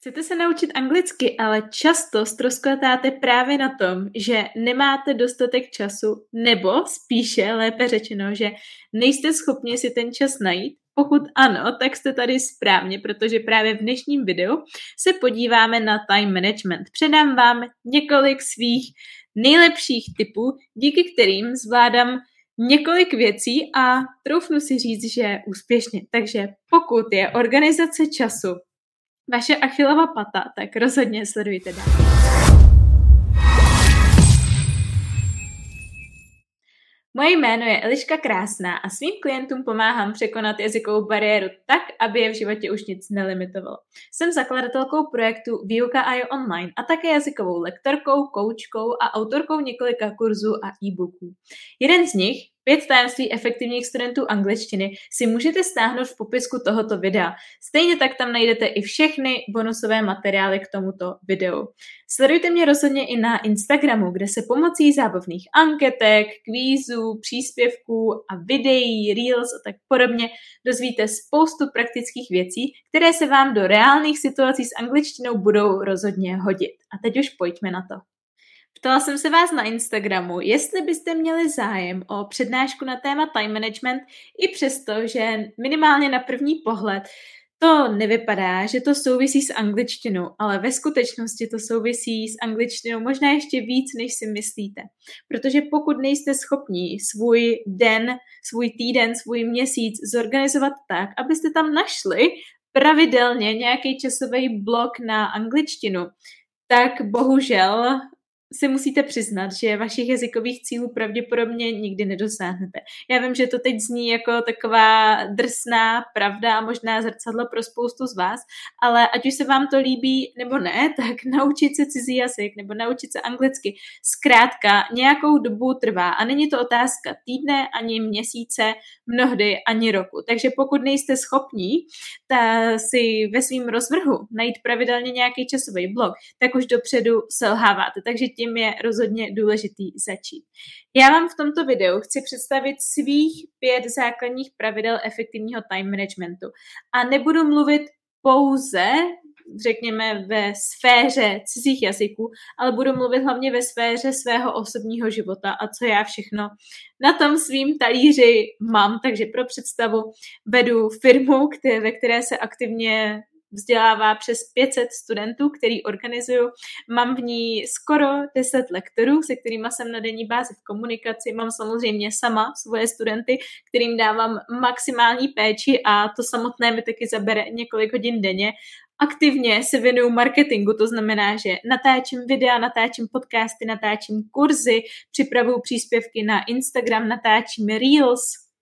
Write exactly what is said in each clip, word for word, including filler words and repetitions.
Chcete se naučit anglicky, ale často ztroskotáte právě na tom, že nemáte dostatek času, nebo spíše, lépe řečeno, že nejste schopni si ten čas najít? Pokud ano, tak jste tady správně, protože právě v dnešním videu se podíváme na time management. Předám vám několik svých nejlepších tipů, díky kterým zvládám několik věcí a troufnu si říct, že úspěšně. Takže pokud je organizace času vaše Achillova pata, tak rozhodně sledujte dál. Moje jméno je Eliška Krásná a svým klientům pomáhám překonat jazykovou bariéru tak, aby je v životě už nic nelimitovalo. Jsem zakladatelkou projektu Výuka a je online a také jazykovou lektorkou, koučkou a autorkou několika kurzů a e-booků. Jeden z nich, Pět tajemství efektivních studentů angličtiny, si můžete stáhnout v popisku tohoto videa. Stejně tak tam najdete i všechny bonusové materiály k tomuto videu. Sledujte mě rozhodně i na Instagramu, kde se pomocí zábavných anketek, kvízů, příspěvků a videí, reels a tak podobně dozvíte spoustu praktických věcí, které se vám do reálných situací s angličtinou budou rozhodně hodit. A teď už pojďme na to. Ptala jsem se vás na Instagramu, jestli byste měli zájem o přednášku na téma time management, i přesto, že minimálně na první pohled to nevypadá, že to souvisí s angličtinou, ale ve skutečnosti to souvisí s angličtinou možná ještě víc, než si myslíte. Protože pokud nejste schopni svůj den, svůj týden, svůj měsíc zorganizovat tak, abyste tam našli pravidelně nějaký časový blok na angličtinu, tak bohužel si musíte přiznat, že vašich jazykových cílů pravděpodobně nikdy nedosáhnete. Já vím, že to teď zní jako taková drsná pravda a možná zrcadlo pro spoustu z vás, ale ať už se vám to líbí nebo ne, tak naučit se cizí jazyk nebo naučit se anglicky zkrátka nějakou dobu trvá a není to otázka týdne, ani měsíce, mnohdy ani roku. Takže pokud nejste schopní ta si ve svým rozvrhu najít pravidelně nějaký časový blok, tak už dopředu selháváte. Takže tím je rozhodně důležitý začít. Já vám v tomto videu chci představit svých pět základních pravidel efektivního time managementu. A nebudu mluvit pouze, řekněme, ve sféře cizích jazyků, ale budu mluvit hlavně ve sféře svého osobního života a co já všechno na tom svým talíři mám. Takže pro představu vedu firmu, které, ve které se aktivně vzdělává přes pět set studentů, který organizuju. Mám v ní skoro deset lektorů, se kterými jsem na denní bázi v komunikaci. Mám samozřejmě sama svoje studenty, kterým dávám maximální péči a to samotné mi taky zabere několik hodin denně. Aktivně se věnuju marketingu, to znamená, že natáčím videa, natáčím podcasty, natáčím kurzy, připravuju příspěvky na Instagram, natáčím reels.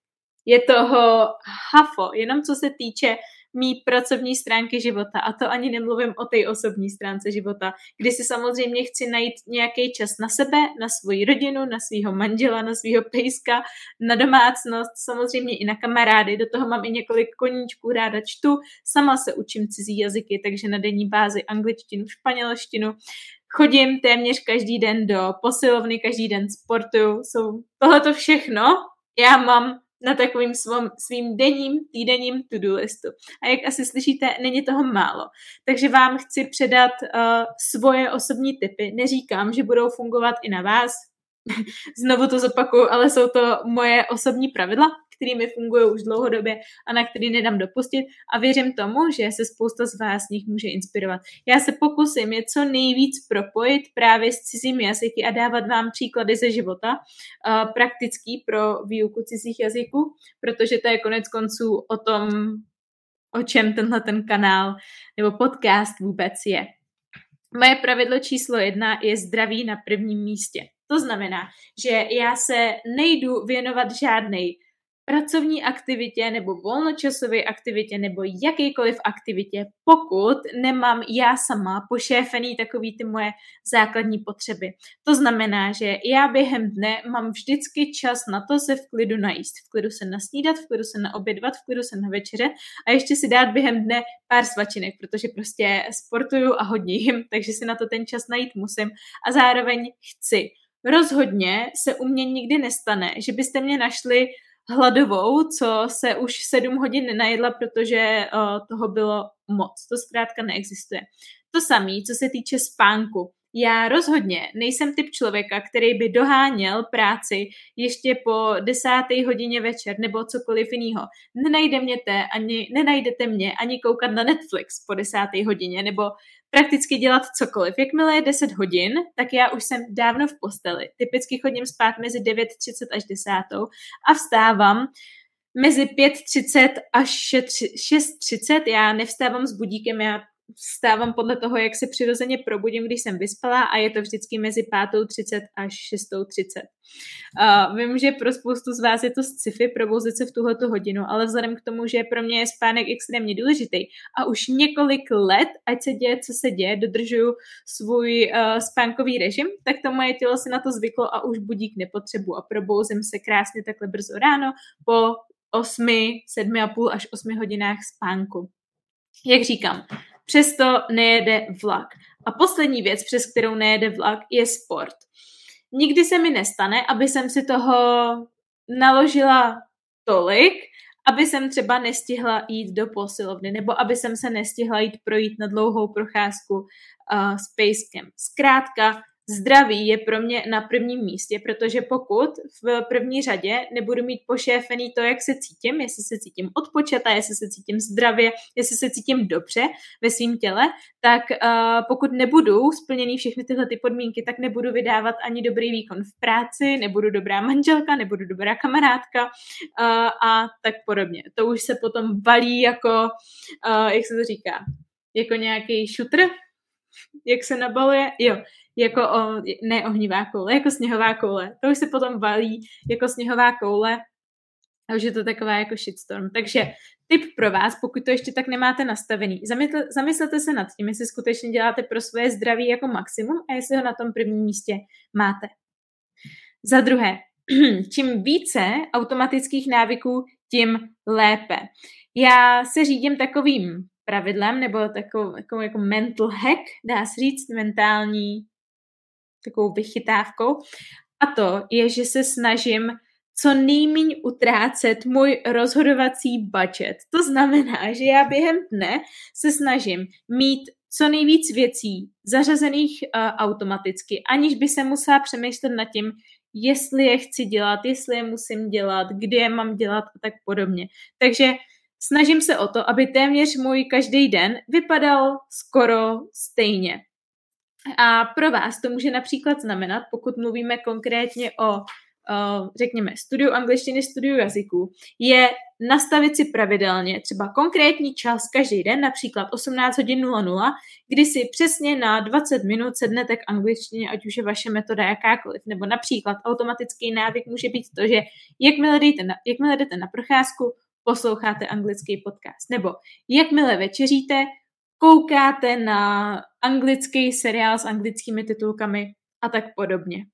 Je toho hafo, jenom co se týče mý pracovní stránky života, a to ani nemluvím o té osobní stránce života, kdy si samozřejmě chci najít nějaký čas na sebe, na svoji rodinu, na svého manžela, na svého pejska, na domácnost, samozřejmě i na kamarády, do toho mám i několik koníčků, ráda čtu, sama se učím cizí jazyky, takže na denní bázi angličtinu, španělštinu, chodím téměř každý den do posilovny, každý den sportuju, jsou tohleto všechno, já mám na takovým svým, svým denním, týdenním to-do listu. A jak asi slyšíte, není toho málo. Takže vám chci předat uh, svoje osobní tipy. Neříkám, že budou fungovat i na vás. Znovu to zopakuju, ale jsou to moje osobní pravidla, kterými fungují už dlouhodobě a na který nedám dopustit a věřím tomu, že se spousta z vás z nich může inspirovat. Já se pokusím je co nejvíc propojit právě s cizími jazyky a dávat vám příklady ze života, uh, praktický pro výuku cizích jazyků, protože to je konec konců o tom, o čem tenhle ten kanál nebo podcast vůbec je. Moje pravidlo číslo jedna je zdraví na prvním místě. To znamená, že já se nejdu věnovat žádnej pracovní aktivitě nebo volnočasové aktivitě nebo jakýkoliv aktivitě, pokud nemám já sama pošéfený takový ty moje základní potřeby. To znamená, že já během dne mám vždycky čas na to se v klidu najíst, v klidu se nasnídat, v klidu se naobědvat, v klidu se navečeřet a ještě si dát během dne pár svačinek, protože prostě sportuju a hodně jim, takže si na to ten čas najít musím a zároveň chci. Rozhodně se u mě nikdy nestane, že byste mě našli hladovou, co se už sedm hodin nenajedla, protože uh, toho bylo moc. To zkrátka neexistuje. To samé, co se týče spánku. Já rozhodně nejsem typ člověka, který by doháněl práci ještě po desáté hodině večer nebo cokoliv jiného. Nenajde mě te, ani, nenajdete mě ani koukat na Netflix po desáté hodině nebo prakticky dělat cokoliv. Jakmile je deset hodin, tak já už jsem dávno v posteli. Typicky chodím spát mezi devět třicet až deset a vstávám mezi pět třicet až šest třicet. Já nevstávám s budíkem, já vstávám podle toho, jak se přirozeně probudím, když jsem vyspala a je to vždycky mezi pět třicet až šest třicet. Uh, vím, že pro spoustu z vás je to sci-fi probouzet se v tuhletu hodinu, ale vzhledem k tomu, že pro mě je spánek extrémně důležitý a už několik let, ať se děje, co se děje, dodržuju svůj uh, spánkový režim, tak to moje tělo se na to zvyklo a už budík nepotřebuji a probouzím se krásně takhle brzo ráno po osmi, sedmi a půl až osmi hodinách spánku. Jak říkám, přesto nejede vlak. A poslední věc, přes kterou nejede vlak, je sport. Nikdy se mi nestane, aby jsem si toho naložila tolik, aby jsem třeba nestihla jít do posilovny, nebo aby jsem se nestihla jít projít na dlouhou procházku uh, s pejskem. Zkrátka, zdraví je pro mě na prvním místě, protože pokud v první řadě nebudu mít pošéfený to, jak se cítím, jestli se cítím odpočata, jestli se cítím zdravě, jestli se cítím dobře ve svém těle, tak uh, pokud nebudu splněný všechny tyhle ty podmínky, tak nebudu vydávat ani dobrý výkon v práci, nebudu dobrá manželka, nebudu dobrá kamarádka uh, a tak podobně. To už se potom balí jako, uh, jak se to říká, jako nějaký šutr, jak se nabaluje, jo, jako o, ne ohnivá koule, jako sněhová koule. To už se potom valí jako sněhová koule a už je to taková jako shitstorm. Takže tip pro vás, pokud to ještě tak nemáte nastavený, zamysle, zamyslete se nad tím, jestli skutečně děláte pro svoje zdraví jako maximum a jestli ho na tom prvním místě máte. Za druhé, čím více automatických návyků, tím lépe. Já se řídím takovým pravidlem, nebo takovou, takovou jako mental hack, dá se říct, mentální takovou vychytávkou. A to je, že se snažím co nejméně utrácet můj rozhodovací budget. To znamená, že já během dne se snažím mít co nejvíc věcí zařazených uh, automaticky, aniž by se musela přemýšlet nad tím, jestli je chci dělat, jestli je musím dělat, kdy je mám dělat a tak podobně. Takže snažím se o to, aby téměř můj každý den vypadal skoro stejně. A pro vás to může například znamenat, pokud mluvíme konkrétně o, o řekněme, studiu angličtiny, studiu jazyků, je nastavit si pravidelně třeba konkrétní čas každý den, například osmnáct hodin nula nula, kdy si přesně na dvacet minut sednete k angličtině, ať už je vaše metoda jakákoliv. Nebo například automatický návyk může být to, že jakmile jdete na, jakmile jdete na procházku, posloucháte anglický podcast. Nebo jakmile večeříte, koukáte na anglický seriál s anglickými titulkami a tak podobně.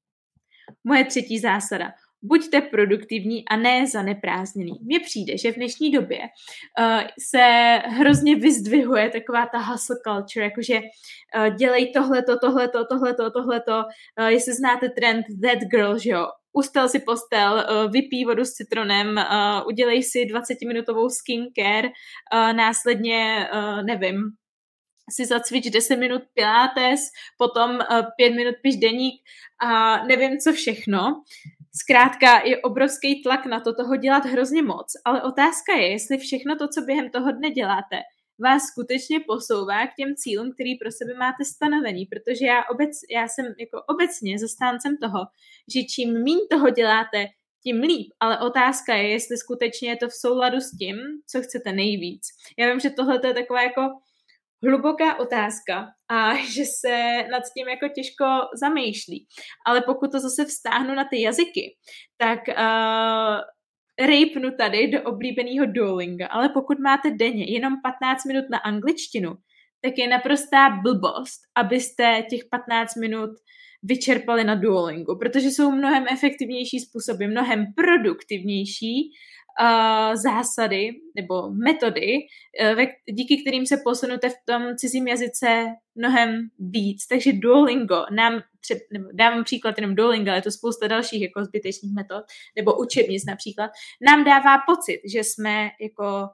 Moje třetí zásada. Buďte produktivní a ne zaneprázdněný. Mně přijde, že v dnešní době uh, se hrozně vyzdvihuje taková ta hustle culture, jakože uh, dělej tohleto, tohleto, tohleto, tohleto. Uh, jestli znáte trend that girl, že jo, ustel si postel, uh, vypij vodu s citronem, uh, udělej si dvacetiminutovou skincare, uh, následně, uh, nevím, si zacvič deset minut pilates, potom uh, pět minut piš deník a nevím co všechno. Zkrátka je obrovský tlak na to toho dělat hrozně moc, ale otázka je, jestli všechno to, co během toho dne děláte, vás skutečně posouvá k těm cílům, který pro sebe máte stanovený, protože já, obec, já jsem jako obecně zastáncem toho, že čím míň toho děláte, tím líp, ale otázka je, jestli skutečně je to v souladu s tím, co chcete nejvíc. Já vím, že tohle je taková jako hluboká otázka a že se nad tím jako těžko zamýšlí. Ale pokud to zase vztáhnu na ty jazyky, tak uh, rejpnu tady do oblíbeného Duolinga. Ale pokud máte denně jenom patnáct minut na angličtinu, tak je naprostá blbost, abyste těch patnáct minut vyčerpali na Duolingu, protože jsou mnohem efektivnější způsoby, mnohem produktivnější uh, zásady nebo metody, uh, díky kterým se posunete v tom cizím jazyce mnohem víc. Takže Duolingo nám třeba, nebo dávám příklad jenom Duolingo, ale je to spousta dalších jako zbytečných metod, nebo učebnic například, nám dává pocit, že jsme jako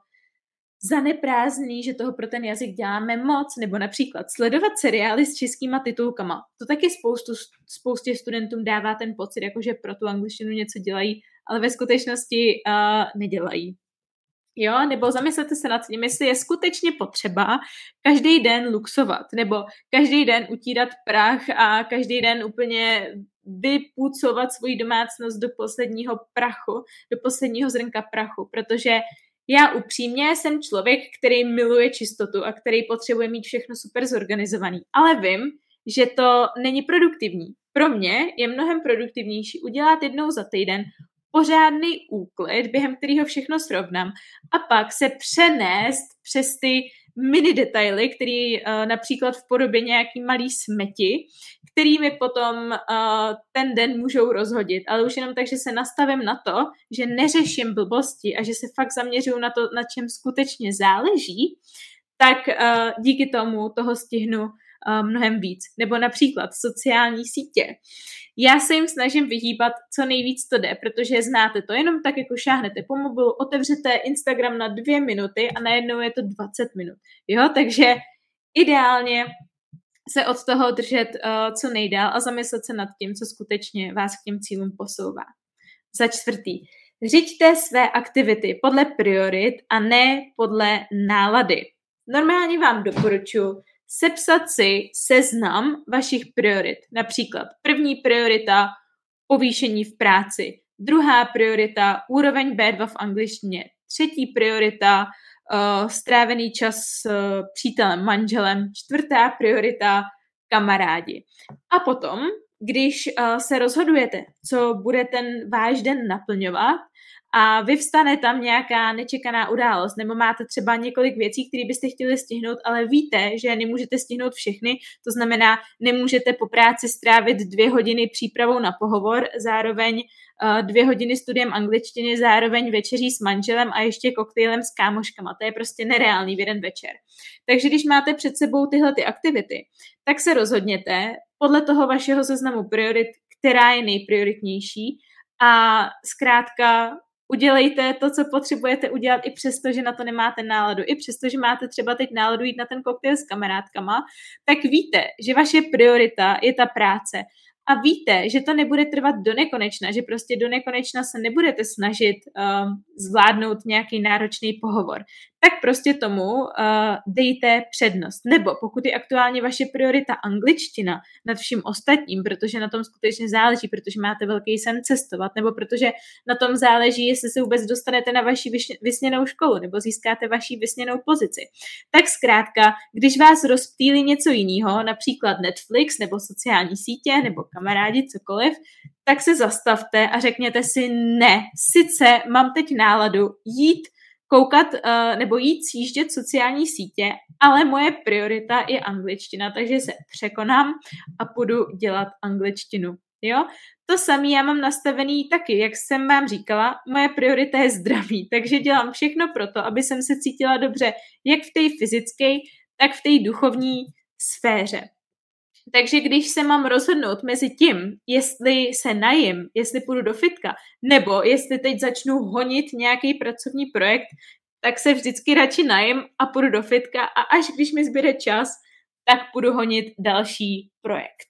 zaneprázdný, že toho pro ten jazyk děláme moc, nebo například sledovat seriály s českýma titulkama. To taky spoustu, spoustě studentům dává ten pocit, jako že pro tu angličtinu něco dělají, ale ve skutečnosti uh, nedělají. Jo, nebo zamyslete se nad tím, jestli je skutečně potřeba každý den luxovat, nebo každý den utírat prach a každý den úplně vypůcovat svoji domácnost do posledního prachu, do posledního zrnka prachu, protože já upřímně jsem člověk, který miluje čistotu a který potřebuje mít všechno super zorganizovaný, ale vím, že to není produktivní. Pro mě je mnohem produktivnější udělat jednou za týden pořádný úklid, během kterého všechno srovnám a pak se přenést přes ty mini detaily, který uh, například v podobě nějaký malý smeti, kterými potom uh, ten den můžou rozhodit, ale už jenom tak, že se nastavím na to, že neřeším blbosti a že se fakt zaměřuju na to, na čem skutečně záleží, tak uh, díky tomu toho stihnu uh, mnohem víc. Nebo například sociální sítě. Já se jim snažím vyhýbat, co nejvíc to jde, protože znáte to, jenom tak jako šáhnete po mobilu, otevřete Instagram na dvě minuty a najednou je to dvacet minut. Jo, takže ideálně se od toho držet uh, co nejdál a zamyslet se nad tím, co skutečně vás k těm cílům posouvá. Za čtvrtý, řiďte své aktivity podle priorit a ne podle nálady. Normálně vám doporučuji sepsat si seznam vašich priorit. Například první priorita povýšení v práci, druhá priorita úroveň bé dva v angličtině, třetí priorita uh, strávený čas s uh, přítelem, manželem, čtvrtá priorita kamarádi. A potom, když uh, se rozhodujete, co bude ten váš den naplňovat, a vyvstane tam nějaká nečekaná událost, nebo máte třeba několik věcí, které byste chtěli stihnout, ale víte, že nemůžete stihnout všechny, to znamená, nemůžete po práci strávit dvě hodiny přípravou na pohovor, zároveň uh, dvě hodiny studiem angličtiny, zároveň večeří s manželem a ještě koktejlem s kámoškama. To je prostě nereálný v jeden večer. Takže když máte před sebou tyhle ty aktivity, tak se rozhodněte podle toho vašeho seznamu priorit, která je nejprioritnější a zkrátka udělejte to, co potřebujete udělat i přesto, že na to nemáte náladu. I přesto, že máte třeba teď náladu jít na ten koktejl s kamarádkama, tak víte, že vaše priorita je ta práce. A víte, že to nebude trvat do nekonečna, že prostě do nekonečna se nebudete snažit uh, zvládnout nějaký náročný pohovor. Tak prostě tomu uh, dejte přednost. Nebo pokud je aktuálně vaše priorita angličtina nad vším ostatním, protože na tom skutečně záleží, protože máte velký sen cestovat, nebo protože na tom záleží, jestli se vůbec dostanete na vaši vysněnou školu, nebo získáte vaši vysněnou pozici. Tak zkrátka, když vás rozptýlí něco jiného, například Netflix, nebo sociální sítě, nebo kamarádi, cokoliv, tak se zastavte a řekněte si ne, sice mám teď náladu jít koukat uh, nebo jít sjíždět sociální sítě, ale moje priorita je angličtina, takže se překonám a půjdu dělat angličtinu. Jo? To samé já mám nastavený taky, jak jsem vám říkala, moje priorita je zdraví, takže dělám všechno pro to, aby jsem se cítila dobře jak v té fyzické, tak v té duchovní sféře. Takže když se mám rozhodnout mezi tím, jestli se najím, jestli půjdu do fitka, nebo jestli teď začnu honit nějaký pracovní projekt, tak se vždycky radši najím a půjdu do fitka a až když mi zbyde čas, tak půjdu honit další projekt.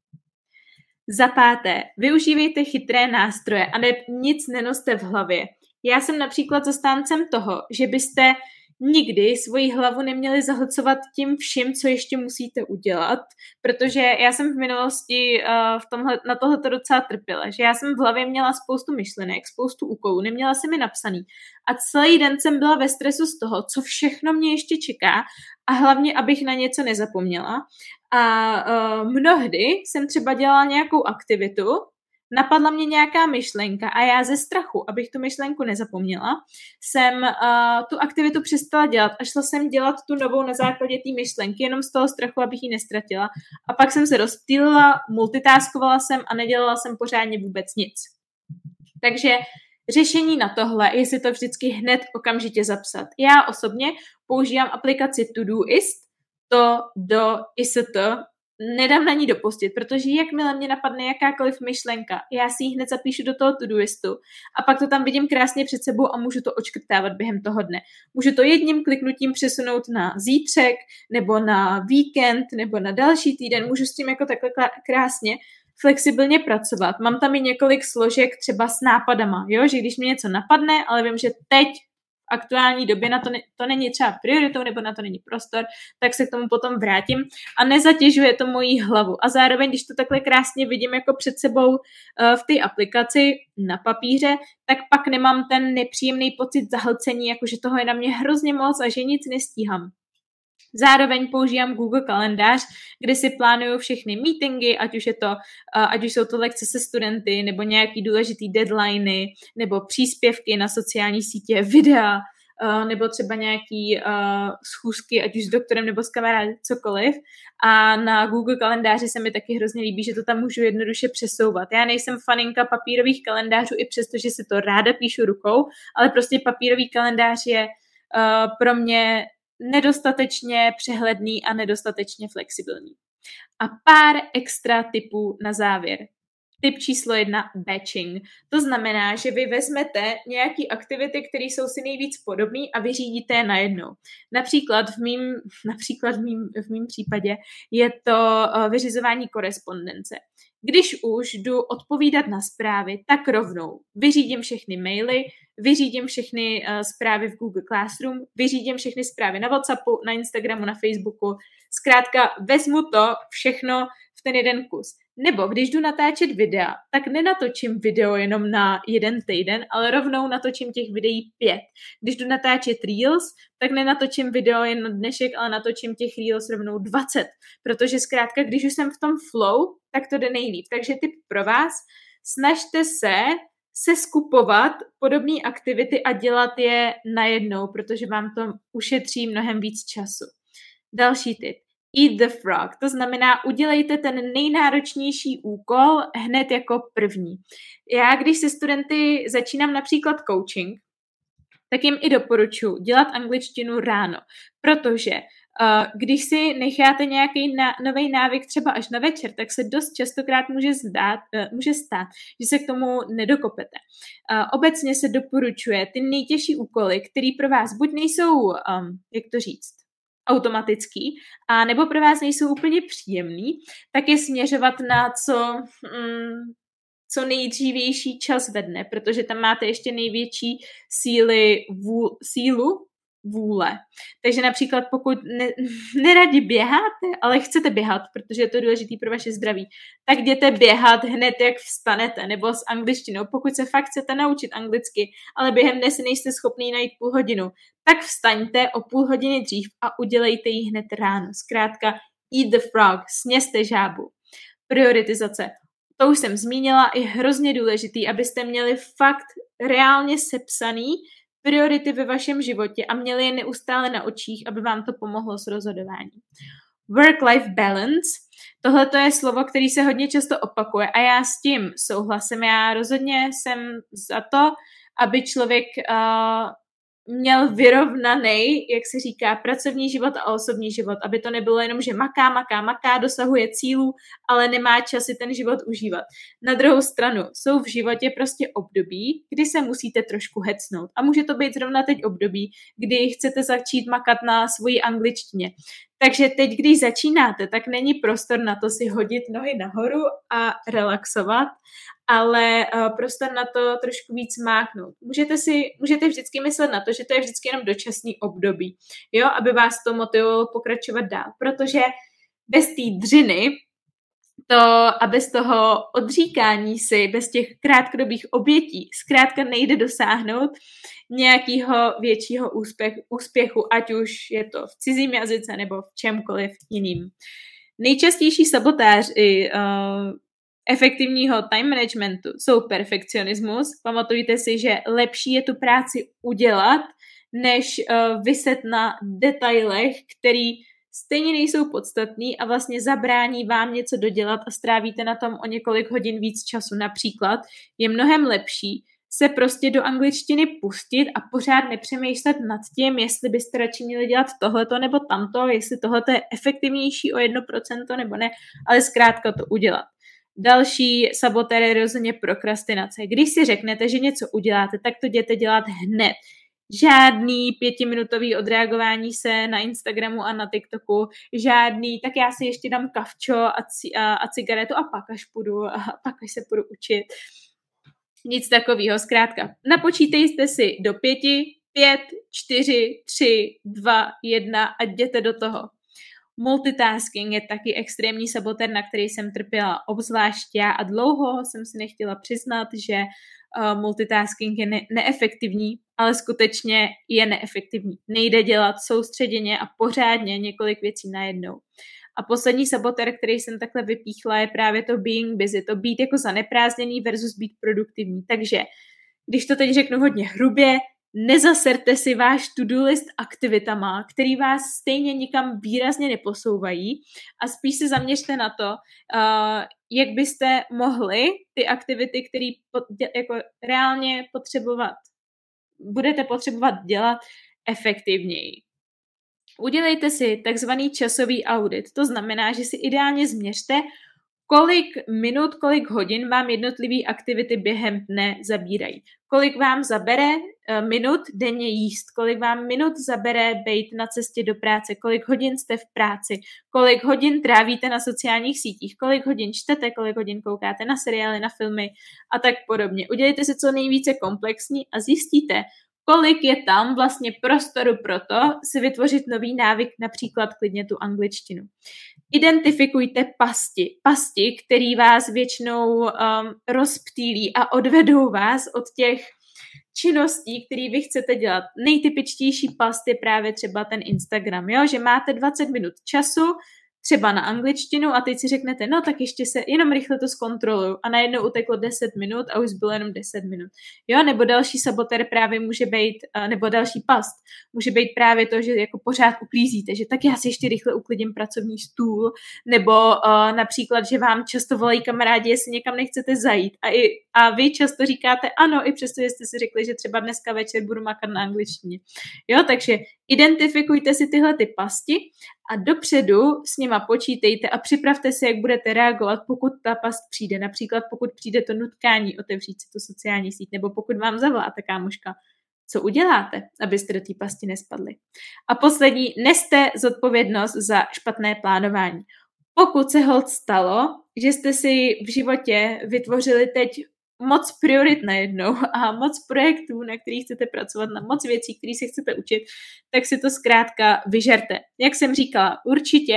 Za páté, využívejte chytré nástroje a ne, nic nenoste v hlavě. Já jsem například zastáncem toho, že byste nikdy svoji hlavu neměli zahlcovat tím vším, co ještě musíte udělat, protože já jsem v minulosti uh, v tomhle, na tohleto docela trpěla, že já jsem v hlavě měla spoustu myšlenek, spoustu úkolů, neměla jsem je napsaný a celý den jsem byla ve stresu z toho, co všechno mě ještě čeká a hlavně, abych na něco nezapomněla. A uh, mnohdy jsem třeba dělala nějakou aktivitu, napadla mě nějaká myšlenka a já ze strachu, abych tu myšlenku nezapomněla, jsem uh, tu aktivitu přestala dělat a šla jsem dělat tu novou na základě té myšlenky, jenom z toho strachu, abych ji nestratila. A pak jsem se rozptýlila, multitaskovala jsem a nedělala jsem pořádně vůbec nic. Takže Řešení na tohle je si to vždycky hned okamžitě zapsat. Já osobně používám aplikaci Todoist, to do I S T, nedám na ní dopustit, protože jakmile mě napadne jakákoliv myšlenka, já si ji hned zapíšu do toho Todoistu a pak to tam vidím krásně před sebou a můžu to odškrtávat během toho dne. Můžu to jedním kliknutím přesunout na zítřek, nebo na víkend, nebo na další týden, můžu s tím jako takhle krásně flexibilně pracovat. Mám tam i několik složek třeba s nápadama, jo? Že když mě něco napadne, ale vím, že teď v aktuální době na to, ne, to není třeba prioritou nebo na to není prostor, tak se k tomu potom vrátím a nezatěžuje to moji hlavu. A zároveň, když to takhle krásně vidím jako před sebou uh, v té aplikaci na papíře, tak pak nemám ten nepříjemný pocit zahlcení, jakože toho je na mě hrozně moc a že nic nestíhám. Zároveň používám Google kalendář, kde si plánuju všechny meetingy, ať už, je to, ať už jsou to lekce se studenty, nebo nějaký důležitý deadliny, nebo příspěvky na sociální sítě, videa, nebo třeba nějaký schůzky, ať už s doktorem nebo s kamarády, cokoliv. A na Google kalendáři se mi taky hrozně líbí, že to tam můžu jednoduše přesouvat. Já nejsem faninka papírových kalendářů, i přesto, že si to ráda píšu rukou, ale prostě papírový kalendář je pro mě nedostatečně přehledný a nedostatečně flexibilní. A pár extra tipů na závěr. Tip číslo jedna, batching. To znamená, že vy vezmete nějaké aktivity, které jsou si nejvíc podobné a vyřídíte je najednou. Například v mým, například v mým, v mým případě je to vyřizování korespondence. Když už jdu odpovídat na zprávy, tak rovnou vyřídím všechny maily, vyřídím všechny uh, zprávy v Google Classroom, vyřídím všechny zprávy na WhatsAppu, na Instagramu, na Facebooku. Zkrátka vezmu to všechno v ten jeden kus. Nebo když jdu natáčet videa, tak nenatočím video jenom na jeden týden, ale rovnou natočím těch videí pět. Když jdu natáčet Reels, tak nenatočím video jen na dnešek, ale natočím těch Reels rovnou dvacet. Protože zkrátka, když už jsem v tom flow, tak to jde nejlíp. Takže tip pro vás, snažte se se skupovat podobné aktivity a dělat je najednou, protože vám to ušetří mnohem víc času. Další tip. Eat the frog. To znamená, udělejte ten nejnáročnější úkol hned jako první. Já, když se studenty začínám například coaching, tak jim i doporučuji dělat angličtinu ráno, protože uh, když si necháte nějaký na, nový návyk třeba až na večer, tak se dost častokrát může, zdát, uh, může stát, že se k tomu nedokopete. Uh, obecně se doporučuje ty nejtěžší úkoly, které pro vás buď nejsou, um, jak to říct, automatický, a nebo pro vás nejsou úplně příjemný, tak je směřovat na co, mm, co nejdřívější čas ve dne, protože tam máte ještě největší síly, vů, sílu vůle. Takže například pokud ne, neradi běháte, ale chcete běhat, protože je to důležité pro vaše zdraví, tak jděte běhat hned, jak vstanete, nebo s angličtinou. Pokud se fakt chcete naučit anglicky, ale během dne si nejste schopný najít půl hodinu, tak vstaňte o půl hodiny dřív a udělejte ji hned ráno. Zkrátka, eat the frog, sněste žábu. Prioritizace. To už jsem zmínila, je hrozně důležitý, abyste měli fakt reálně sepsaný priority ve vašem životě a měli je neustále na očích, aby vám to pomohlo s rozhodováním. Work-life balance. Tohle to je slovo, který se hodně často opakuje a já s tím souhlasím. Já rozhodně jsem za to, aby člověk uh, měl vyrovnaný, jak se říká, pracovní život a osobní život, aby to nebylo jenom, že maká, maká, maká, dosahuje cílů, ale nemá čas si ten život užívat. Na druhou stranu jsou v životě prostě období, kdy se musíte trošku hecnout. A může to být zrovna teď období, kdy chcete začít makat na svoji angličtině. Takže teď, když začínáte, tak není prostor na to si hodit nohy nahoru a relaxovat, ale uh, prostor na to trošku víc máknout. Můžete si, můžete vždycky myslet na to, že to je vždycky jenom dočasný období, jo, aby vás to motivovalo pokračovat dál, protože bez té dřiny to a bez toho odříkání si, bez těch krátkodobých obětí, zkrátka nejde dosáhnout nějakého většího úspěch, úspěchu, ať už je to v cizím jazyce nebo v čemkoliv jiným. Nejčastější sabotáři uh, efektivního time managementu jsou perfekcionismus. Pamatujte si, že lepší je tu práci udělat, než uh, vyset na detailech, který stejně nejsou podstatný a vlastně zabrání vám něco dodělat a strávíte na tom o několik hodin víc času. Například je mnohem lepší se prostě do angličtiny pustit a pořád nepřemýšlet nad tím, jestli byste radši měli dělat tohleto nebo tamto, jestli tohleto je efektivnější o jedno procento nebo ne, ale zkrátka to udělat. Další sabotér je rozhodně prokrastinace. Když si řeknete, že něco uděláte, tak to jděte dělat hned. Žádný pětiminutový odreagování se na Instagramu a na TikToku, žádný, tak já si ještě dám kavčo a, ci, a, a cigaretu a pak až půjdu, a pak až se půjdu učit. Nic takového, zkrátka. Napočítejte si do pěti, pět, čtyři, tři, dva, jedna a jděte do toho. Multitasking je taky extrémní sabotér, na který jsem trpěla obzvlášť já a dlouho jsem si nechtěla přiznat, že uh, multitasking je ne- neefektivní, ale skutečně je neefektivní. Nejde dělat soustředěně a pořádně několik věcí najednou. A poslední sabotér, který jsem takhle vypíchla, je právě to being busy, to být jako zaneprázdněný versus být produktivní. Takže, když to teď řeknu hodně hrubě, nezaserte si váš to-do list aktivitama, který vás stejně nikam výrazně neposouvají a spíš se zaměřte na to, uh, jak byste mohli ty aktivity, které po- jako reálně potřebovat, budete potřebovat dělat efektivněji. Udělejte si takzvaný časový audit. To znamená, že si ideálně změřte, kolik minut, kolik hodin vám jednotlivé aktivity během dne zabírají. Kolik vám zabere uh, minut denně jíst, kolik vám minut zabere být na cestě do práce, kolik hodin jste v práci, kolik hodin trávíte na sociálních sítích, kolik hodin čtete, kolik hodin koukáte na seriály, na filmy a tak podobně. Udělejte si co nejvíce komplexní a zjistíte, kolik je tam vlastně prostoru pro to si vytvořit nový návyk, například klidně tu angličtinu. Identifikujte pasti, pasti, které vás většinou um, rozptýlí a odvedou vás od těch činností, které vy chcete dělat. Nejtypičtější past je právě třeba ten Instagram, jo? Že máte dvacet minut času, třeba na angličtinu a teď si řeknete, no tak ještě se jenom rychle to zkontroluju a najednou uteklo deset minut a už bylo jenom deset minut. Jo, nebo další sabotér právě může být, nebo další past může být právě to, že jako pořád uklízíte, že tak já si ještě rychle uklidím pracovní stůl, nebo uh, například, že vám často volají kamarádi, jestli někam nechcete zajít a, i, a vy často říkáte ano, i přesto, že jste si řekli, že třeba dneska večer budu makat na angličtině. Jo, takže identifikujte si tyhle ty pasti a dopředu s nima počítejte a připravte se, jak budete reagovat, pokud ta past přijde. Například pokud přijde to nutkání otevřít si tu sociální síť, nebo pokud vám zavolá ta kámoška. Co uděláte, abyste do té pasti nespadli? A poslední, neste zodpovědnost za špatné plánování. Pokud se holt stalo, že jste si v životě vytvořili teď moc priorit najednou a moc projektů, na kterých chcete pracovat, na moc věcí, které se chcete učit, tak si to zkrátka vyžerte. Jak jsem říkala, určitě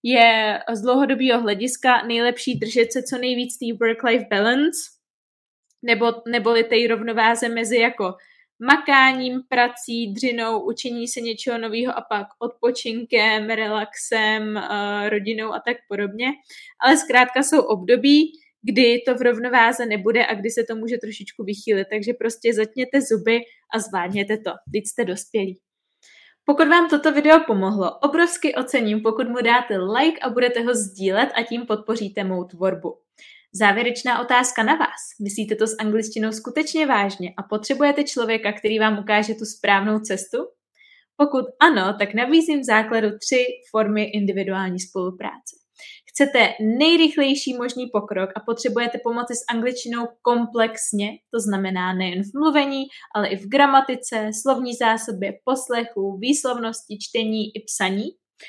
je z dlouhodobého hlediska nejlepší držet se co nejvíc té work-life balance, nebo, neboli té rovnováze mezi jako makáním, prací, dřinou, učení se něčeho nového a pak odpočinkem, relaxem, rodinou a tak podobně. Ale zkrátka jsou období, kdy to v rovnováze nebude a kdy se to může trošičku vychýlit. Takže prostě zatněte zuby a zvládněte to. Teď jste dospělí. Pokud vám toto video pomohlo, obrovsky ocením, pokud mu dáte like a budete ho sdílet a tím podpoříte mou tvorbu. Závěrečná otázka na vás. Myslíte to s angličtinou skutečně vážně a potřebujete člověka, který vám ukáže tu správnou cestu? Pokud ano, tak nabízím v základu tři formy individuální spolupráce. Chcete nejrychlejší možný pokrok a potřebujete pomoci s angličtinou komplexně, to znamená nejen v mluvení, ale i v gramatice, slovní zásobě, poslechu, výslovnosti, čtení i psaní?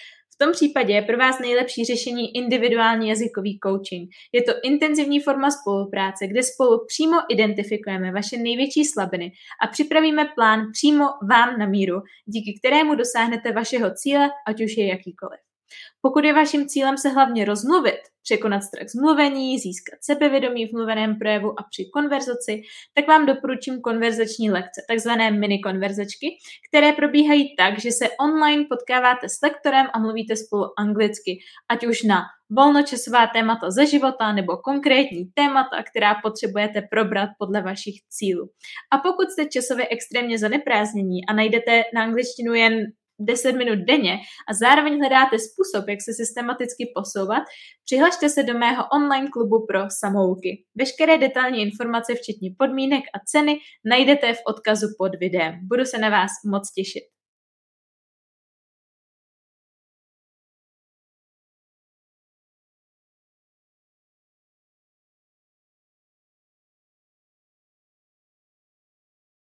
V tom případě je pro vás nejlepší řešení individuální jazykový coaching. Je to intenzivní forma spolupráce, kde spolu přímo identifikujeme vaše největší slabiny a připravíme plán přímo vám na míru, díky kterému dosáhnete vašeho cíle, ať už je jakýkoliv. Pokud je vaším cílem se hlavně rozmluvit, překonat strach z mluvení, získat sebevědomí v mluveném projevu a při konverzaci, tak vám doporučím konverzační lekce, takzvané mini konverzačky, které probíhají tak, že se online potkáváte s lektorem a mluvíte spolu anglicky, ať už na volnočasová témata ze života nebo konkrétní témata, která potřebujete probrat podle vašich cílů. A pokud jste časově extrémně zaneprázdnění a najdete na angličtinu jen deset minut denně a zároveň hledáte způsob, jak se systematicky posouvat, přihlašte se do mého online klubu pro samouky. Veškeré detailní informace, včetně podmínek a ceny, najdete v odkazu pod videem. Budu se na vás moc těšit.